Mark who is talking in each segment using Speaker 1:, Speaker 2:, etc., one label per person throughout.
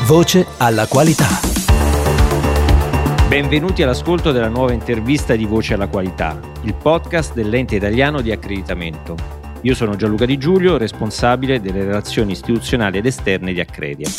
Speaker 1: Voce alla qualità.
Speaker 2: Benvenuti all'ascolto della nuova intervista di Voce alla qualità, il podcast dell'Ente Italiano di Accreditamento. Io sono Gianluca Di Giulio, responsabile delle relazioni istituzionali ed esterne di Accredia.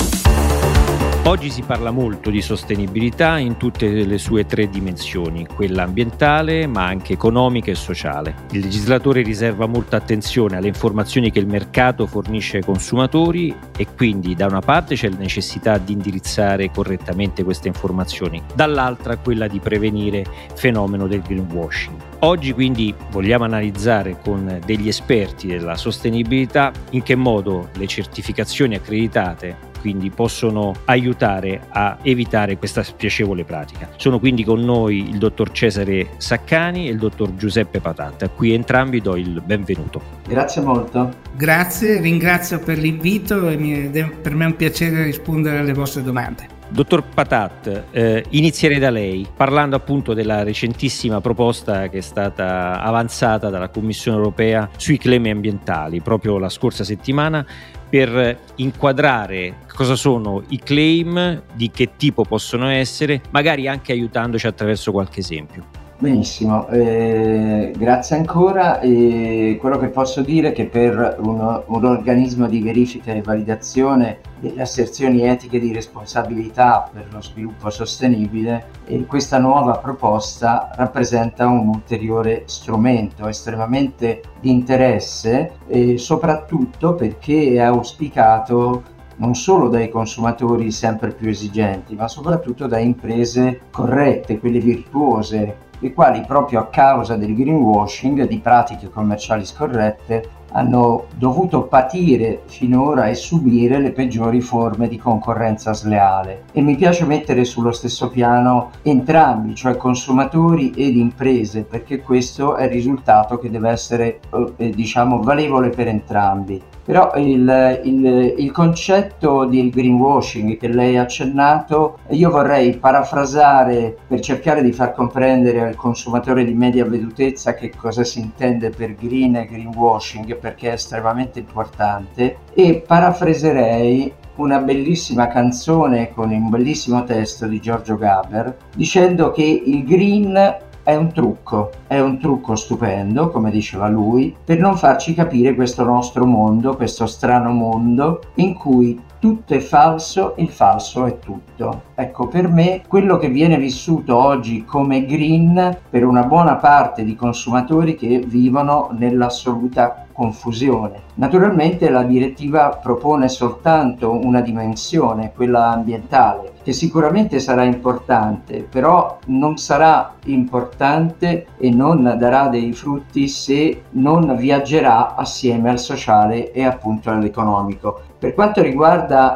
Speaker 2: Oggi si parla molto di sostenibilità in tutte le sue tre dimensioni, quella ambientale ma anche economica e sociale. Il legislatore riserva molta attenzione alle informazioni che il mercato fornisce ai consumatori e quindi da una parte c'è la necessità di indirizzare correttamente queste informazioni, dall'altra quella di prevenire il fenomeno del greenwashing. Oggi quindi vogliamo analizzare con degli esperti della sostenibilità in che modo le certificazioni accreditate quindi possono aiutare a evitare questa spiacevole pratica. Sono quindi con noi il dottor Cesare Saccani e il dottor Giuseppe Patat, a cui entrambi do il benvenuto.
Speaker 3: Grazie molto.
Speaker 4: Grazie, ringrazio per l'invito e per me è un piacere rispondere alle vostre domande.
Speaker 2: Dottor Patat, inizierei da lei, parlando appunto della recentissima proposta che è stata avanzata dalla Commissione europea sui claim ambientali, proprio la scorsa settimana, per inquadrare cosa sono i claim, di che tipo possono essere, magari anche aiutandoci attraverso qualche esempio.
Speaker 3: Benissimo, grazie ancora. Quello che posso dire è che per un organismo di verifica e validazione delle asserzioni etiche di responsabilità per lo sviluppo sostenibile, questa nuova proposta rappresenta un ulteriore strumento estremamente di interesse, soprattutto perché è auspicato non solo dai consumatori sempre più esigenti, ma soprattutto da imprese corrette, quelle virtuose, le quali proprio a causa del greenwashing, di pratiche commerciali scorrette, hanno dovuto patire finora e subire le peggiori forme di concorrenza sleale. E mi piace mettere sullo stesso piano entrambi, cioè consumatori ed imprese, perché questo è il risultato che deve essere valevole per entrambi. Però il concetto del greenwashing che lei ha accennato, io vorrei parafrasare per cercare di far comprendere al consumatore di media vedutezza che cosa si intende per green e greenwashing, perché è estremamente importante, e parafraserei una bellissima canzone con un bellissimo testo di Giorgio Gaber dicendo che il green è un trucco stupendo, come diceva lui, per non farci capire questo nostro mondo, questo strano mondo in cui tutto è falso, il falso è tutto. Ecco, per me quello che viene vissuto oggi come green per una buona parte di consumatori che vivono nell'assoluta confusione. Naturalmente la direttiva propone soltanto una dimensione, quella ambientale, che sicuramente sarà importante, però non sarà importante e non darà dei frutti se non viaggerà assieme al sociale e appunto all'economico. Per quanto riguarda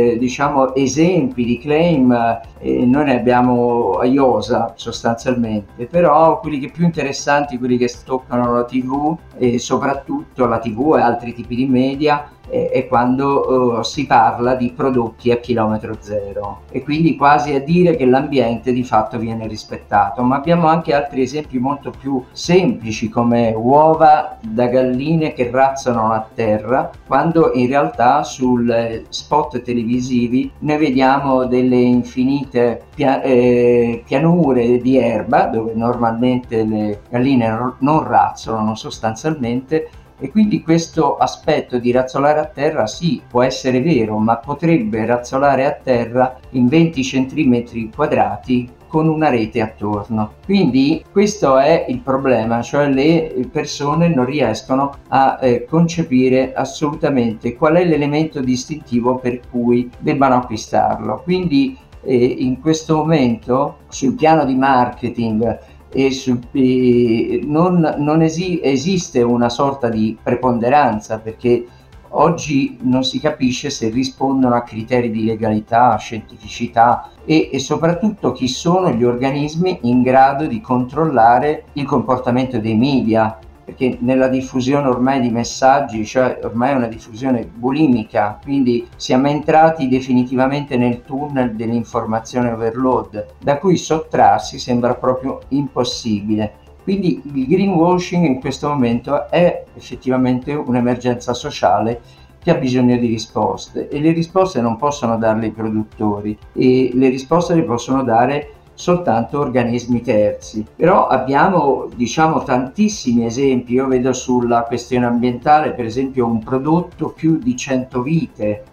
Speaker 3: esempi di claim, noi ne abbiamo a iosa sostanzialmente, però quelli che più interessanti, quelli che toccano la TV e soprattutto la TV e altri tipi di media, è quando si parla di prodotti a chilometro zero e quindi quasi a dire che l'ambiente di fatto viene rispettato. Ma abbiamo anche altri esempi molto più semplici come uova da galline che razzano a terra, quando in realtà sul spot televisivi noi vediamo delle infinite pianure di erba dove normalmente le galline non razzolano sostanzialmente. E quindi questo aspetto di razzolare a terra sì, può essere vero, ma potrebbe razzolare a terra in 20 centimetri quadrati con una rete attorno. Quindi questo è il problema, cioè le persone non riescono a concepire assolutamente qual è l'elemento distintivo per cui debbano acquistarlo. Quindi in questo momento sul piano di marketing non esiste una sorta di preponderanza, perché oggi non si capisce se rispondono a criteri di legalità, scientificità e soprattutto chi sono gli organismi in grado di controllare il comportamento dei media, perché nella diffusione ormai di messaggi, cioè ormai è una diffusione bulimica, quindi siamo entrati definitivamente nel tunnel dell'informazione overload, da cui sottrarsi sembra proprio impossibile. Quindi il greenwashing in questo momento è effettivamente un'emergenza sociale che ha bisogno di risposte, e le risposte non possono darle i produttori, e le risposte le possono dare soltanto organismi terzi. Però abbiamo, diciamo, tantissimi esempi. Io vedo sulla questione ambientale, per esempio, un prodotto più di 100 vite,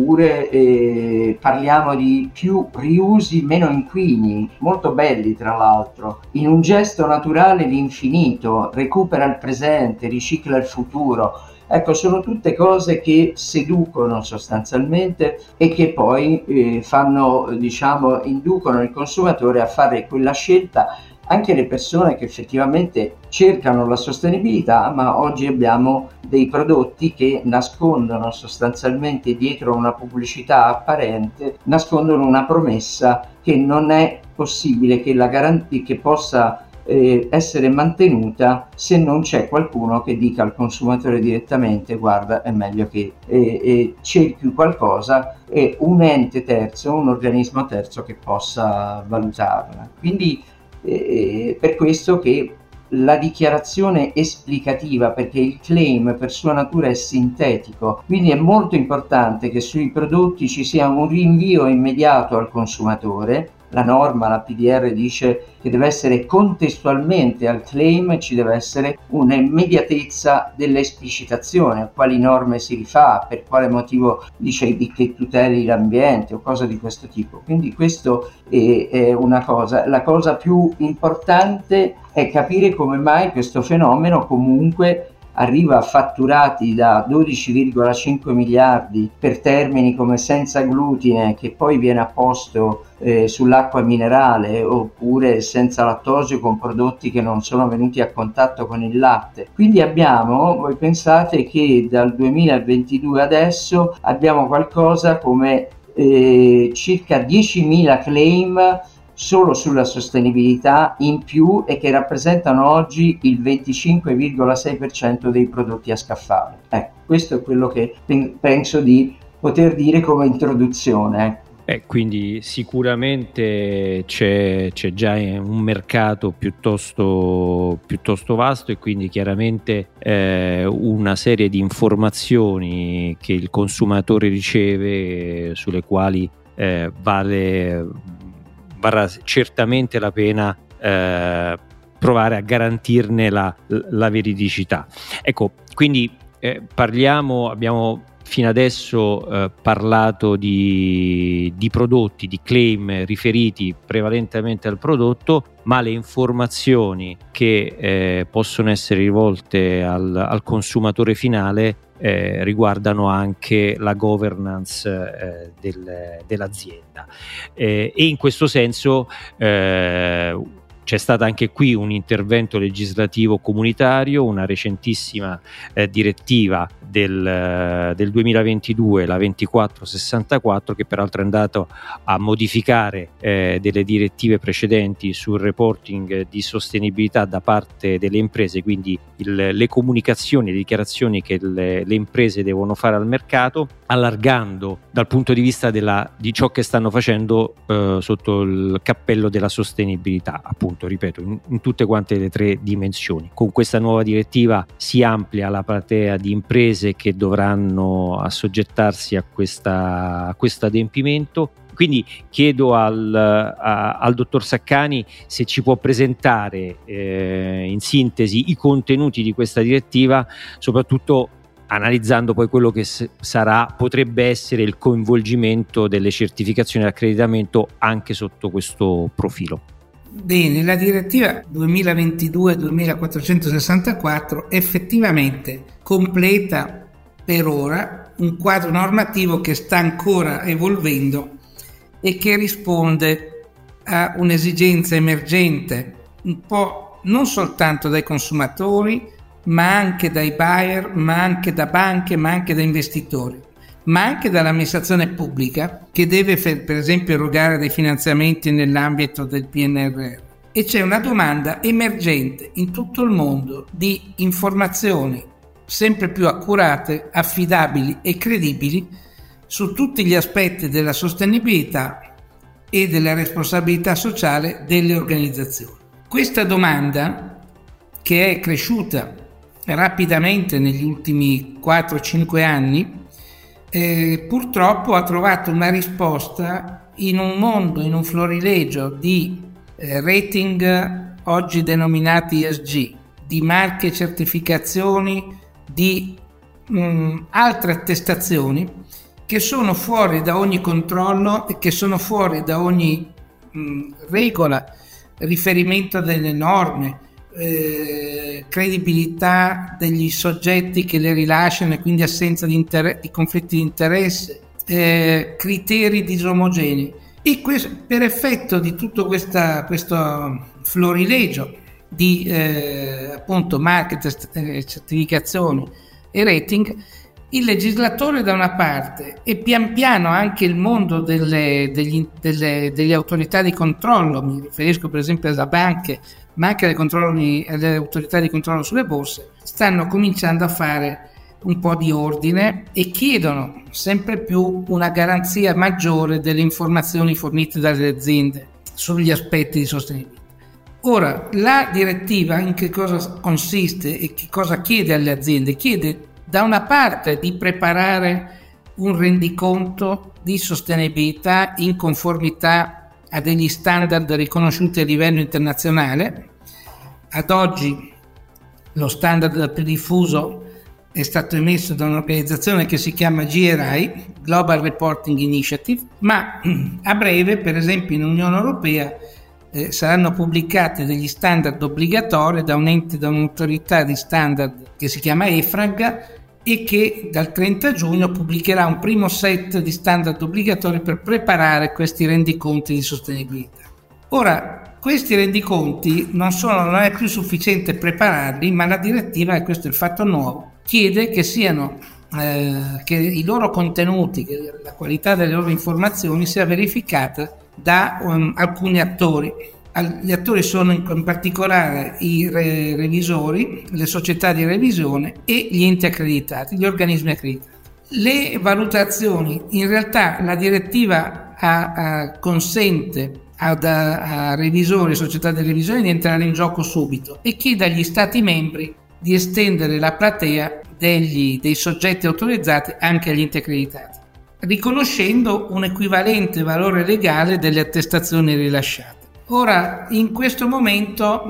Speaker 3: oppure parliamo di più riusi meno inquini, molto belli tra l'altro, in un gesto naturale di infinito, recupera il presente, ricicla il futuro. Ecco, sono tutte cose che seducono sostanzialmente e che poi fanno, diciamo, inducono il consumatore a fare quella scelta. Anche le persone che effettivamente cercano la sostenibilità, ma oggi abbiamo dei prodotti che nascondono sostanzialmente dietro una pubblicità apparente, nascondono una promessa che non è possibile che possa essere mantenuta se non c'è qualcuno che dica al consumatore direttamente: guarda, è meglio che cerchi qualcosa, e un ente terzo, un organismo terzo che possa valutarla. Quindi per questo che la dichiarazione esplicativa, perché il claim per sua natura è sintetico, quindi è molto importante che sui prodotti ci sia un rinvio immediato al consumatore. La norma, la PDR, dice che deve essere contestualmente al claim, ci deve essere un'immediatezza dell'esplicitazione, a quali norme si rifà, per quale motivo dice che tuteli l'ambiente o cose di questo tipo. Quindi questo è una cosa. La cosa più importante è capire come mai questo fenomeno comunque arriva a fatturati da 12,5 miliardi per termini come senza glutine, che poi viene apposto sull'acqua minerale, oppure senza lattosio con prodotti che non sono venuti a contatto con il latte. Quindi voi pensate che dal 2022 adesso abbiamo qualcosa come circa 10.000 claim solo sulla sostenibilità in più, e che rappresentano oggi il 25,6% dei prodotti a scaffale. Ecco, questo è quello che penso di poter dire come introduzione.
Speaker 2: Quindi sicuramente c'è già un mercato piuttosto vasto, e quindi chiaramente una serie di informazioni che il consumatore riceve, sulle quali varrà certamente la pena provare a garantirne la veridicità. Ecco, quindi abbiamo fino adesso parlato di prodotti, di claim riferiti prevalentemente al prodotto, ma le informazioni che possono essere rivolte al consumatore finale riguardano anche la governance dell'azienda, e in questo senso c'è stato anche qui un intervento legislativo comunitario, una recentissima direttiva del 2022, la 2464, che peraltro è andato a modificare delle direttive precedenti sul reporting di sostenibilità da parte delle imprese, quindi le comunicazioni, le dichiarazioni che le imprese devono fare al mercato, allargando dal punto di vista di ciò che stanno facendo sotto il cappello della sostenibilità, appunto, ripeto, in tutte quante le tre dimensioni. Con questa nuova direttiva si amplia la platea di imprese che dovranno assoggettarsi a questo adempimento. Quindi chiedo al dottor Saccani se ci può presentare in sintesi i contenuti di questa direttiva, soprattutto analizzando poi quello che potrebbe essere il coinvolgimento delle certificazioni di accreditamento anche sotto questo profilo.
Speaker 4: Bene, la direttiva 2022-2464 effettivamente completa per ora un quadro normativo che sta ancora evolvendo e che risponde a un'esigenza emergente un po' non soltanto dai consumatori, ma anche dai buyer, ma anche da banche, ma anche da investitori, ma anche dall'amministrazione pubblica, che deve per esempio erogare dei finanziamenti nell'ambito del PNRR. E c'è una domanda emergente in tutto il mondo di informazioni sempre più accurate, affidabili e credibili su tutti gli aspetti della sostenibilità e della responsabilità sociale delle organizzazioni. Questa domanda, che è cresciuta rapidamente negli ultimi 4-5 anni, purtroppo ha trovato una risposta in un mondo, in un florilegio di rating oggi denominati ESG, di marche, certificazioni, di altre attestazioni che sono fuori da ogni controllo e che sono fuori da ogni regola, riferimento delle norme, credibilità degli soggetti che le rilasciano e quindi assenza di conflitti di interesse, criteri disomogenei. E per effetto di tutto questo florilegio di appunto market, certificazioni e rating, il legislatore da una parte e pian piano anche il mondo delle autorità di controllo, mi riferisco per esempio alle banche, ma anche alle autorità di controllo sulle borse, stanno cominciando a fare un po' di ordine e chiedono sempre più una garanzia maggiore delle informazioni fornite dalle aziende sugli aspetti di sostenibilità. Ora, la direttiva in che cosa consiste e che cosa chiede alle aziende? Chiede da una parte di preparare un rendiconto di sostenibilità in conformità a degli standard riconosciuti a livello internazionale. Ad oggi lo standard più diffuso è stato emesso da un'organizzazione che si chiama GRI, Global Reporting Initiative, ma a breve, per esempio in Unione Europea, saranno pubblicati degli standard obbligatori da un ente, da un'autorità di standard che si chiama EFRAG e che dal 30 giugno pubblicherà un primo set di standard obbligatori per preparare questi rendiconti di sostenibilità. Ora, questi rendiconti non è più sufficiente prepararli, ma la direttiva, e questo è il fatto nuovo, chiede che siano che i loro contenuti, che la qualità delle loro informazioni sia verificata da alcuni attori. Gli attori sono in particolare i revisori, le società di revisione e gli enti accreditati, gli organismi accreditati. Le valutazioni, in realtà la direttiva consente a revisori e società di revisione di entrare in gioco subito e chiede agli Stati membri di estendere la platea dei soggetti autorizzati anche agli enti accreditati, riconoscendo un equivalente valore legale delle attestazioni rilasciate. Ora, in questo momento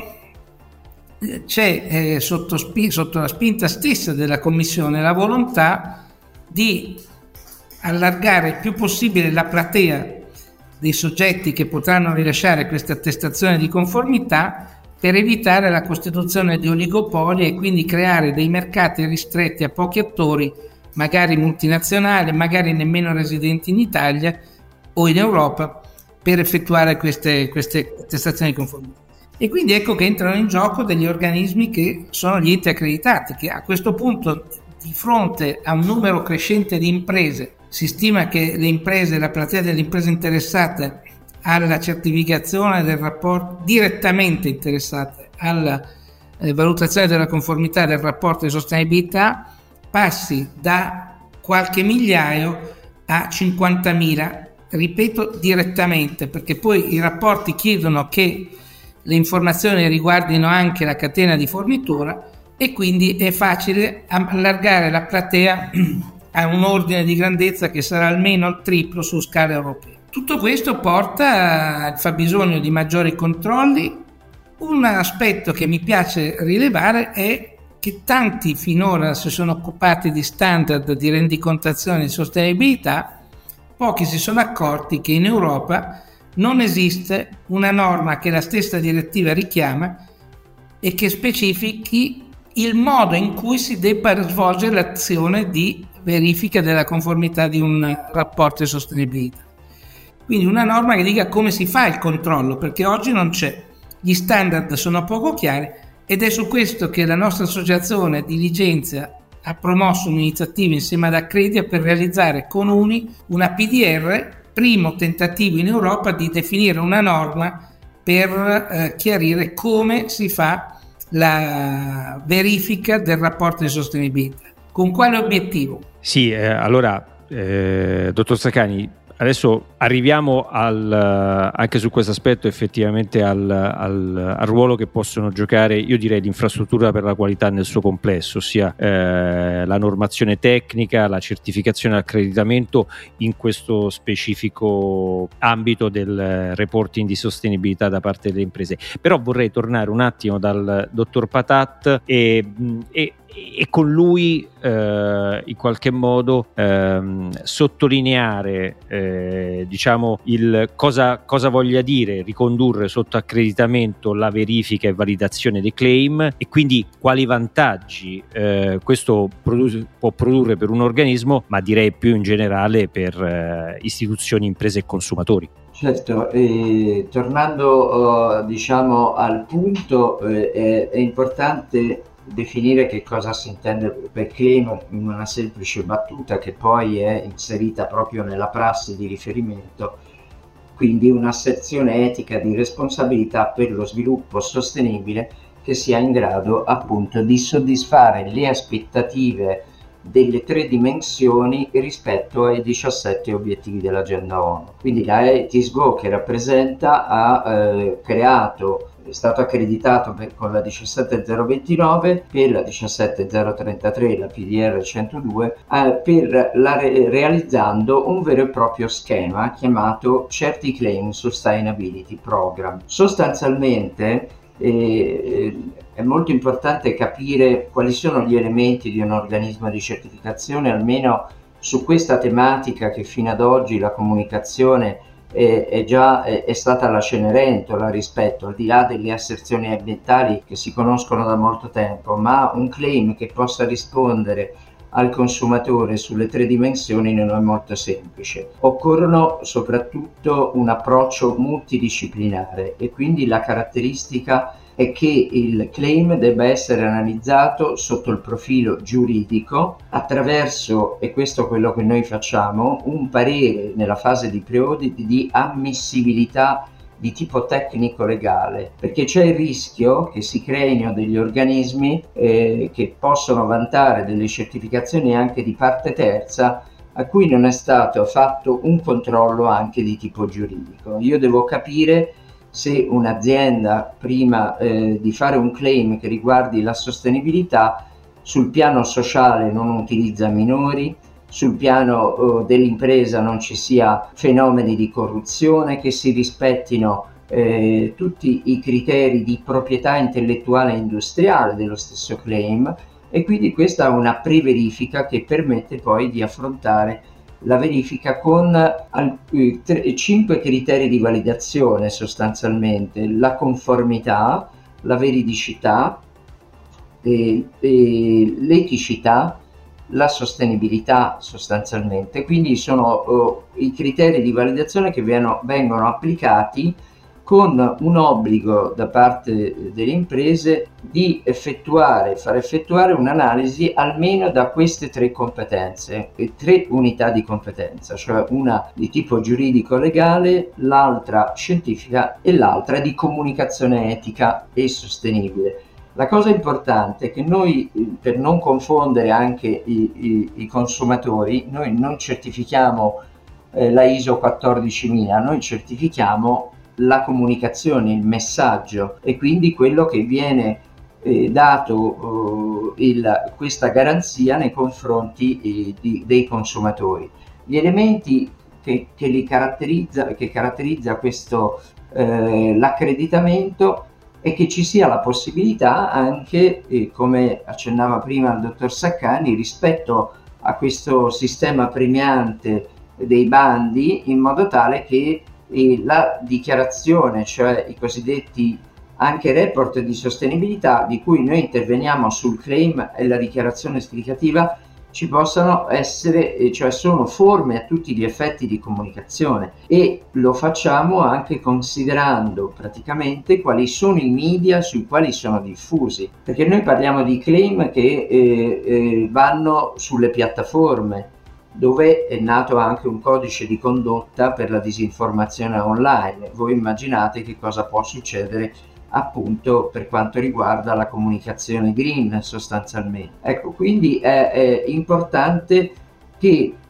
Speaker 4: c'è sotto la spinta stessa della Commissione la volontà di allargare il più possibile la platea dei soggetti che potranno rilasciare queste attestazioni di conformità per evitare la costituzione di oligopoli e quindi creare dei mercati ristretti a pochi attori, magari multinazionali, magari nemmeno residenti in Italia o in Europa, per effettuare queste attestazioni di conformità. E quindi ecco che entrano in gioco degli organismi che sono gli enti accreditati, che a questo punto, di fronte a un numero crescente di imprese, si stima che la platea delle imprese interessate alla certificazione del rapporto, direttamente interessate alla valutazione della conformità del rapporto di sostenibilità, passi da qualche migliaio a 50.000. Ripeto, direttamente, perché poi i rapporti chiedono che le informazioni riguardino anche la catena di fornitura e quindi è facile allargare la platea a un ordine di grandezza che sarà almeno il triplo su scala europea. Tutto questo porta al fabbisogno di maggiori controlli. Un aspetto che mi piace rilevare è che tanti finora si sono occupati di standard di rendicontazione di sostenibilità, pochi si sono accorti che in Europa non esiste una norma che la stessa direttiva richiama e che specifichi il modo in cui si debba svolgere l'azione di verifica della conformità di un rapporto di sostenibilità. Quindi una norma che dica come si fa il controllo, perché oggi non c'è. Gli standard sono poco chiari ed è su questo che la nostra associazione Diligenza ha promosso un'iniziativa insieme ad Accredia per realizzare con UNI una PDR, primo tentativo in Europa di definire una norma per chiarire come si fa la verifica del rapporto di sostenibilità. Con quale obiettivo?
Speaker 2: Sì, allora, dottor Sacani, adesso arriviamo anche su questo aspetto, effettivamente al ruolo che possono giocare, io direi, l'infrastruttura per la qualità nel suo complesso, ossia la normazione tecnica, la certificazione e l'accreditamento in questo specifico ambito del reporting di sostenibilità da parte delle imprese. Però vorrei tornare un attimo dal dottor Patat e con lui in qualche modo sottolineare diciamo il cosa voglia dire ricondurre sotto accreditamento la verifica e validazione dei claim, e quindi quali vantaggi questo può produrre per un organismo, ma direi più in generale per istituzioni, imprese e consumatori.
Speaker 3: Certo, tornando diciamo al punto, è importante definire che cosa si intende per claim in una semplice battuta che poi è inserita proprio nella prassi di riferimento, quindi un'asserzione etica di responsabilità per lo sviluppo sostenibile che sia in grado appunto di soddisfare le aspettative delle 3 dimensioni rispetto ai 17 obiettivi dell'agenda ONU. Quindi la ETISGO, che rappresenta, è stato accreditato con la 17029, per la 17033, la PDR 102, realizzando un vero e proprio schema chiamato Certiclaim Sustainability Program. Sostanzialmente è molto importante capire quali sono gli elementi di un organismo di certificazione, almeno su questa tematica che fino ad oggi la comunicazione è stata la Cenerentola rispetto, al di là delle asserzioni ambientali che si conoscono da molto tempo, ma un claim che possa rispondere al consumatore sulle 3 dimensioni non è molto semplice. Occorrono soprattutto un approccio multidisciplinare, e quindi la caratteristica è che il claim debba essere analizzato sotto il profilo giuridico attraverso, e questo è quello che noi facciamo, un parere nella fase di pre-audit di ammissibilità di tipo tecnico-legale, perché c'è il rischio che si creino degli organismi che possono vantare delle certificazioni anche di parte terza a cui non è stato fatto un controllo anche di tipo giuridico. Io devo capire se un'azienda, prima di fare un claim che riguardi la sostenibilità, sul piano sociale non utilizza minori, sul piano dell'impresa non ci sia fenomeni di corruzione, che si rispettino tutti i criteri di proprietà intellettuale e industriale dello stesso claim, e quindi questa è una pre-verifica che permette poi di affrontare la verifica con 5 criteri di validazione, sostanzialmente: la conformità, la veridicità, l'eticità, la sostenibilità, sostanzialmente. Quindi sono i criteri di validazione che vengono applicati con un obbligo da parte delle imprese di far effettuare un'analisi almeno da queste 3 competenze, 3 unità di competenza, cioè una di tipo giuridico-legale, l'altra scientifica e l'altra di comunicazione etica e sostenibile. La cosa importante è che noi, per non confondere anche i consumatori, noi non certifichiamo la ISO 14000, noi certifichiamo la comunicazione, il messaggio, e quindi quello che viene dato, questa garanzia nei confronti dei consumatori. Gli elementi che caratterizza questo l'accreditamento è che ci sia la possibilità anche, come accennava prima il dottor Saccani, rispetto a questo sistema premiante dei bandi, in modo tale che la dichiarazione, cioè i cosiddetti anche report di sostenibilità di cui noi interveniamo sul claim e la dichiarazione esplicativa, ci possano essere, cioè sono forme a tutti gli effetti di comunicazione, e lo facciamo anche considerando praticamente quali sono i media sui quali sono diffusi, perché noi parliamo di claim che vanno sulle piattaforme, dove è nato anche un codice di condotta per la disinformazione online. Voi immaginate che cosa può succedere appunto per quanto riguarda la comunicazione green, sostanzialmente. Ecco, quindi è importante che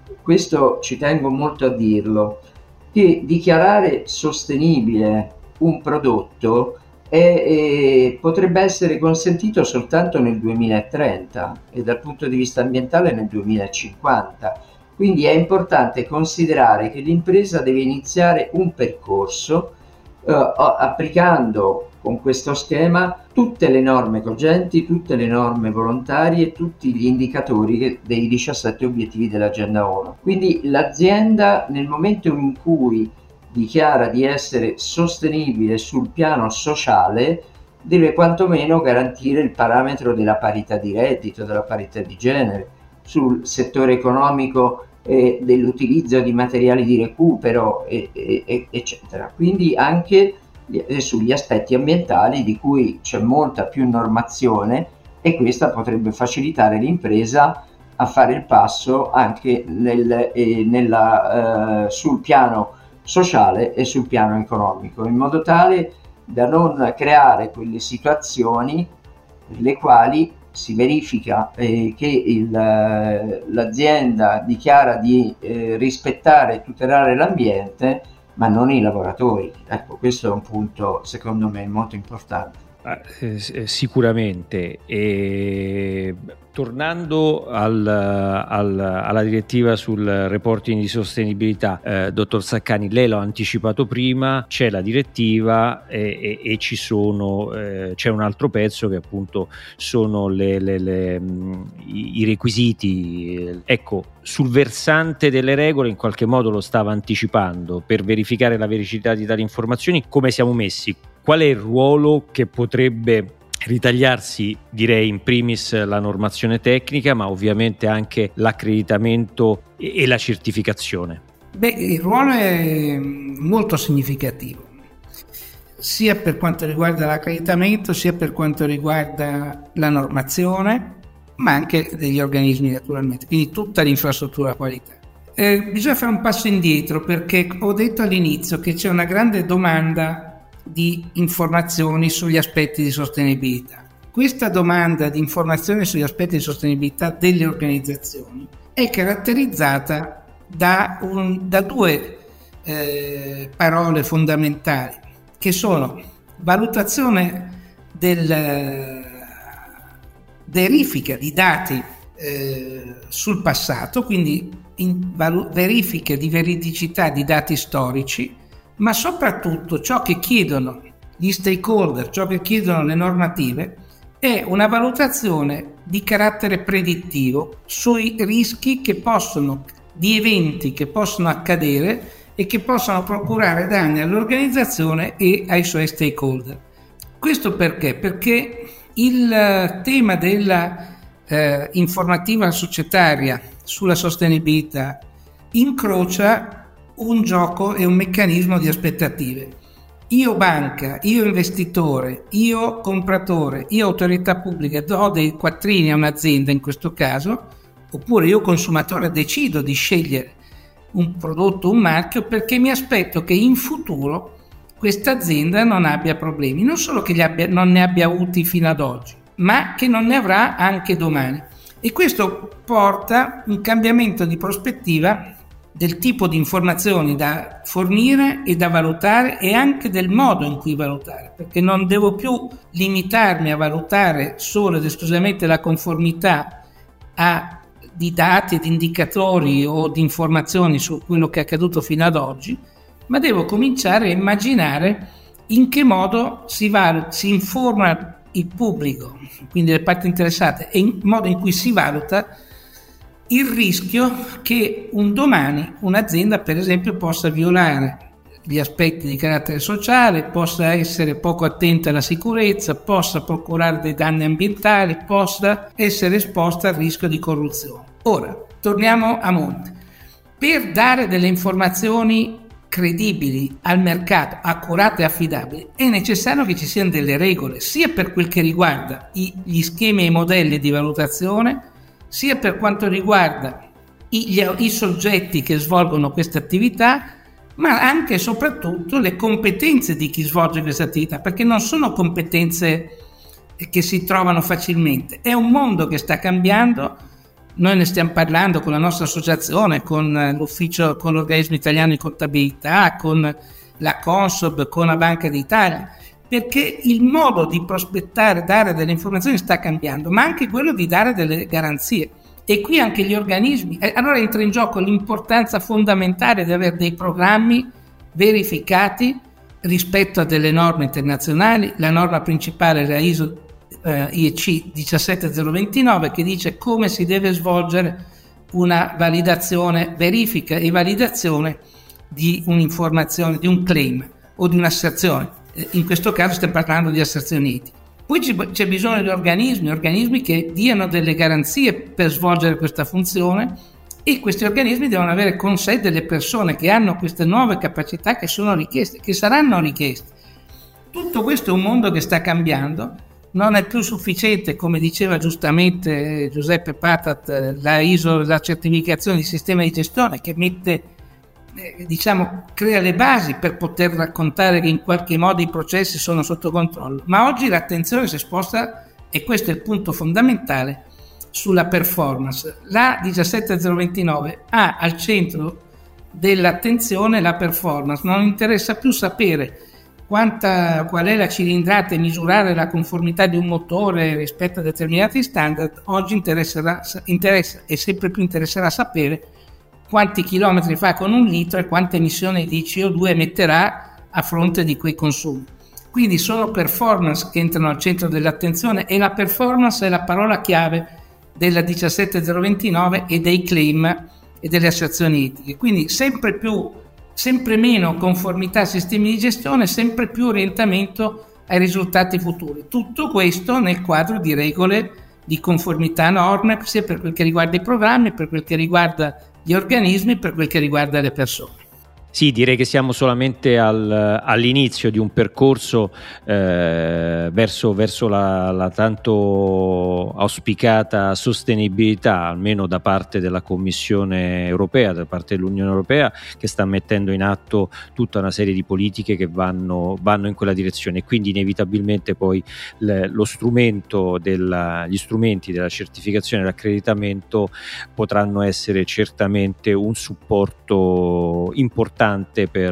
Speaker 3: questo ci tengo molto a dirlo, che dichiarare sostenibile un prodotto potrebbe essere consentito soltanto nel 2030 e dal punto di vista ambientale nel 2050. Quindi è importante considerare che l'impresa deve iniziare un percorso applicando con questo schema tutte le norme cogenti, tutte le norme volontarie, tutti gli indicatori dei 17 obiettivi dell'Agenda ONU. Quindi l'azienda, nel momento in cui dichiara di essere sostenibile sul piano sociale, deve quantomeno garantire il parametro della parità di reddito, della parità di genere, sul settore economico dell'utilizzo di materiali di recupero, eccetera. Quindi anche sugli aspetti ambientali, di cui c'è molta più normazione, e questa potrebbe facilitare l'impresa a fare il passo anche sul piano sociale e sul piano economico, in modo tale da non creare quelle situazioni nelle quali si verifica che l'azienda dichiara di rispettare e tutelare l'ambiente, ma non i lavoratori. Ecco, questo è un punto secondo me molto importante.
Speaker 2: Sicuramente. E tornando alla direttiva sul reporting di sostenibilità, dottor Saccani, lei l'ha anticipato prima, c'è la direttiva e c'è un altro pezzo che appunto sono i requisiti. Ecco, sul versante delle regole in qualche modo lo stava anticipando. Per verificare la veridicità di tali informazioni, come siamo messi? Qual è il ruolo che potrebbe ritagliarsi, direi in primis la normazione tecnica, ma ovviamente anche l'accreditamento e la certificazione?
Speaker 4: Il ruolo è molto significativo, sia per quanto riguarda l'accreditamento, sia per quanto riguarda la normazione, ma anche degli organismi naturalmente, quindi tutta l'infrastruttura qualità. Bisogna fare un passo indietro, perché ho detto all'inizio che c'è una grande domanda di informazioni sugli aspetti di sostenibilità. Questa domanda di informazioni sugli aspetti di sostenibilità delle organizzazioni è caratterizzata da due parole fondamentali, che sono valutazione verifica di dati sul passato, quindi verifiche di veridicità di dati storici, ma soprattutto ciò che chiedono gli stakeholder, ciò che chiedono le normative, è una valutazione di carattere predittivo sui rischi di eventi che possono accadere e che possono procurare danni all'organizzazione e ai suoi stakeholder. Questo perché? Perché il tema della informativa societaria sulla sostenibilità incrocia un gioco e un meccanismo di aspettative. Io banca, io investitore, io compratore, io autorità pubblica do dei quattrini a un'azienda in questo caso, oppure io consumatore decido di scegliere un prodotto, un marchio, perché mi aspetto che in futuro questa azienda non abbia problemi, non solo che non ne abbia avuti fino ad oggi, ma che non ne avrà anche domani. E questo porta un cambiamento di prospettiva del tipo di informazioni da fornire e da valutare, e anche del modo in cui valutare, perché non devo più limitarmi a valutare solo ed esclusivamente la conformità di dati ed indicatori o di informazioni su quello che è accaduto fino ad oggi, ma devo cominciare a immaginare in che modo si informa il pubblico, quindi le parti interessate, e il modo in cui si valuta il rischio che un domani un'azienda, per esempio, possa violare gli aspetti di carattere sociale, possa essere poco attenta alla sicurezza, possa procurare dei danni ambientali, possa essere esposta al rischio di corruzione. Ora, torniamo a monte. Per dare delle informazioni credibili al mercato, accurate e affidabili, è necessario che ci siano delle regole, sia per quel che riguarda gli schemi e i modelli di valutazione, sia per quanto riguarda i soggetti che svolgono questa attività, ma anche e soprattutto le competenze di chi svolge questa attività, perché non sono competenze che si trovano facilmente. È un mondo che sta cambiando, Noi ne stiamo parlando con la nostra associazione, con l'ufficio, con l'organismo italiano di contabilità, con la Consob, con la Banca d'Italia, perché il modo di prospettare, dare delle informazioni sta cambiando, ma anche quello di dare delle garanzie. E qui anche gli organismi. Allora entra in gioco l'importanza fondamentale di avere dei programmi verificati rispetto a delle norme internazionali. La norma principale è la ISO IEC 17029, che dice come si deve svolgere una validazione, verifica e validazione di un'informazione, di un claim o di un'asserzione. In questo caso stiamo parlando di asserzioni etiche. Poi c'è bisogno di organismi che diano delle garanzie per svolgere questa funzione, e questi organismi devono avere con sé delle persone che hanno queste nuove capacità che sono richieste, che saranno richieste. Tutto questo è un mondo che sta cambiando. Non è più sufficiente, come diceva giustamente Giuseppe Patat, la ISO, la certificazione di sistema di gestione che mette, crea le basi per poter raccontare che in qualche modo i processi sono sotto controllo. Ma oggi l'attenzione si sposta, e questo è il punto fondamentale, sulla performance. La 17029 ha al centro dell'attenzione la performance. Non interessa più sapere qual è la cilindrata e misurare la conformità di un motore rispetto a determinati standard. Oggi interessa e sempre più interesserà sapere quanti chilometri fa con un litro e quante emissioni di CO2 emetterà a fronte di quei consumi. Quindi sono performance che entrano al centro dell'attenzione, e la performance è la parola chiave della 17029 e dei claim e delle asserzioni etiche. Quindi sempre meno conformità ai sistemi di gestione, sempre più orientamento ai risultati futuri. Tutto questo nel quadro di regole di conformità a norme, sia per quel che riguarda i programmi, per quel che riguarda gli organismi, per quel che riguarda le persone.
Speaker 2: Sì, direi che siamo solamente all'inizio di un percorso verso la tanto auspicata sostenibilità, almeno da parte della Commissione europea, da parte dell'Unione Europea, che sta mettendo in atto tutta una serie di politiche che vanno in quella direzione, e quindi inevitabilmente poi gli strumenti della certificazione e dell'accreditamento potranno essere certamente un supporto importante per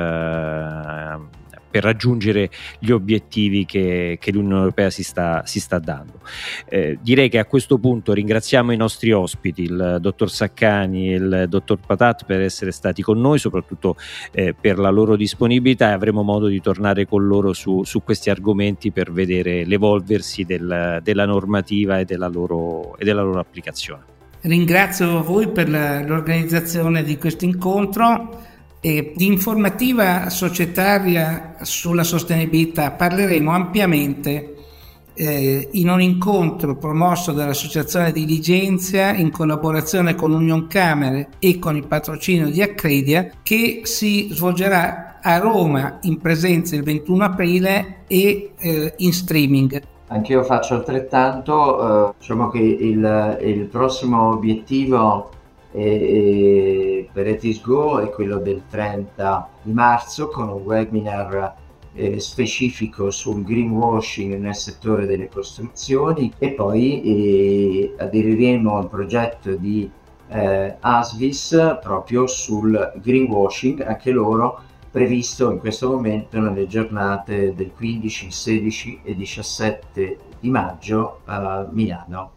Speaker 2: raggiungere gli obiettivi che l'Unione Europea si sta dando. Direi che a questo punto ringraziamo i nostri ospiti, il dottor Saccani e il dottor Patat, per essere stati con noi, soprattutto per la loro disponibilità, e avremo modo di tornare con loro su questi argomenti per vedere l'evolversi della normativa e della loro applicazione.
Speaker 4: Ringrazio voi per l'organizzazione di questo incontro. E di informativa societaria sulla sostenibilità parleremo ampiamente in un incontro promosso dall'Associazione Diligenzia in collaborazione con Unioncamere e con il patrocinio di Accredia, che si svolgerà a Roma in presenza il 21 aprile e in streaming.
Speaker 3: Anch'io faccio altrettanto. Diciamo che il prossimo obiettivo per ETISGO è quello del 30 di marzo, con un webinar specifico sul greenwashing nel settore delle costruzioni, e poi aderiremo al progetto di ASVIS proprio sul greenwashing, anche loro previsto in questo momento nelle giornate del 15, 16 e 17 di maggio a Milano.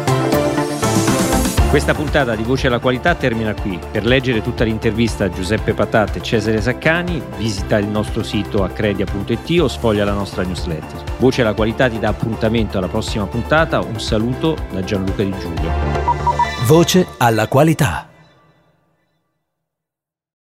Speaker 2: Questa puntata di Voce alla Qualità termina qui. Per leggere tutta l'intervista a Giuseppe Patat e Cesare Saccani, visita il nostro sito accredia.it o sfoglia la nostra newsletter. Voce alla Qualità ti dà appuntamento alla prossima puntata. Un saluto da Gianluca Di Giulio.
Speaker 1: Voce alla Qualità.